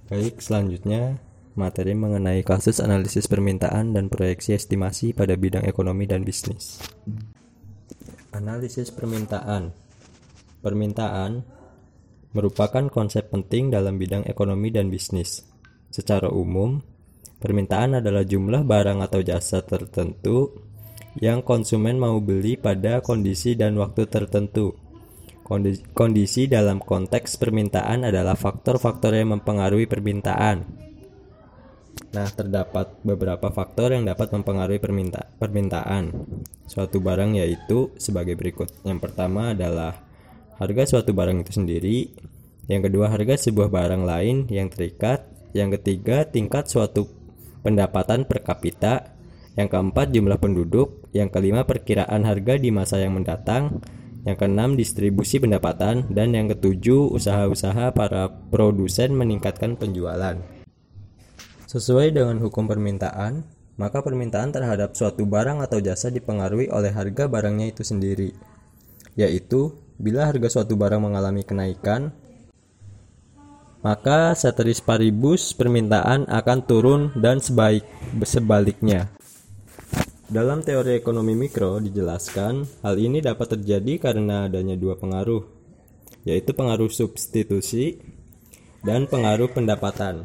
Baik, selanjutnya materi mengenai kasus analisis permintaan dan proyeksi estimasi pada bidang ekonomi dan bisnis. Analisis permintaan. Permintaan merupakan konsep penting dalam bidang ekonomi dan bisnis. Secara umum, permintaan adalah jumlah barang atau jasa tertentu yang konsumen mau beli pada kondisi dan waktu tertentu. Kondisi dalam konteks permintaan adalah faktor-faktor yang mempengaruhi permintaan. Nah, terdapat beberapa faktor yang dapat mempengaruhi permintaan suatu barang, yaitu sebagai berikut. Yang pertama adalah harga suatu barang itu sendiri. Yang kedua, harga sebuah barang lain yang terikat. Yang ketiga, tingkat suatu pendapatan per kapita. Yang keempat, jumlah penduduk. Yang kelima, perkiraan harga di masa yang mendatang. Yang keenam, distribusi pendapatan. Dan yang ketujuh, usaha-usaha para produsen meningkatkan penjualan. Sesuai dengan hukum permintaan, maka permintaan terhadap suatu barang atau jasa dipengaruhi oleh harga barangnya itu sendiri. Yaitu, bila harga suatu barang mengalami kenaikan, maka ceteris paribus permintaan akan turun dan sebaliknya. Dalam teori ekonomi mikro dijelaskan, hal ini dapat terjadi karena adanya dua pengaruh, yaitu pengaruh substitusi dan pengaruh pendapatan.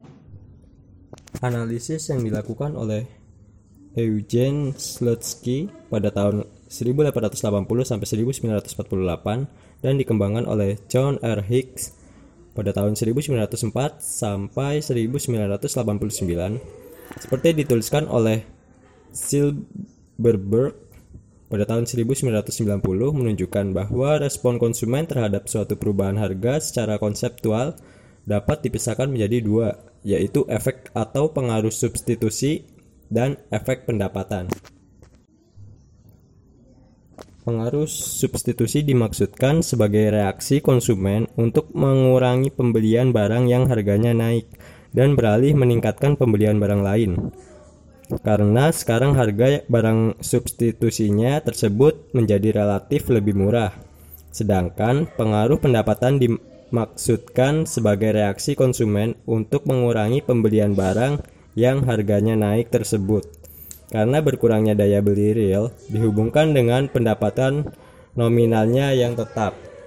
Analisis yang dilakukan oleh Eugene Slutsky pada tahun 1880 sampai 1948 dan dikembangkan oleh John R. Hicks pada tahun 1904 sampai 1989, seperti dituliskan oleh Silberberg pada tahun 1990, menunjukkan bahwa respon konsumen terhadap suatu perubahan harga secara konseptual dapat dipisahkan menjadi dua, yaitu efek atau pengaruh substitusi dan efek pendapatan. Pengaruh substitusi dimaksudkan sebagai reaksi konsumen untuk mengurangi pembelian barang yang harganya naik dan beralih meningkatkan pembelian barang lain. Karena sekarang harga barang substitusinya tersebut menjadi relatif lebih murah. Sedangkan pengaruh pendapatan dimaksudkan sebagai reaksi konsumen untuk mengurangi pembelian barang yang harganya naik tersebut. Karena berkurangnya daya beli real dihubungkan dengan pendapatan nominalnya yang tetap.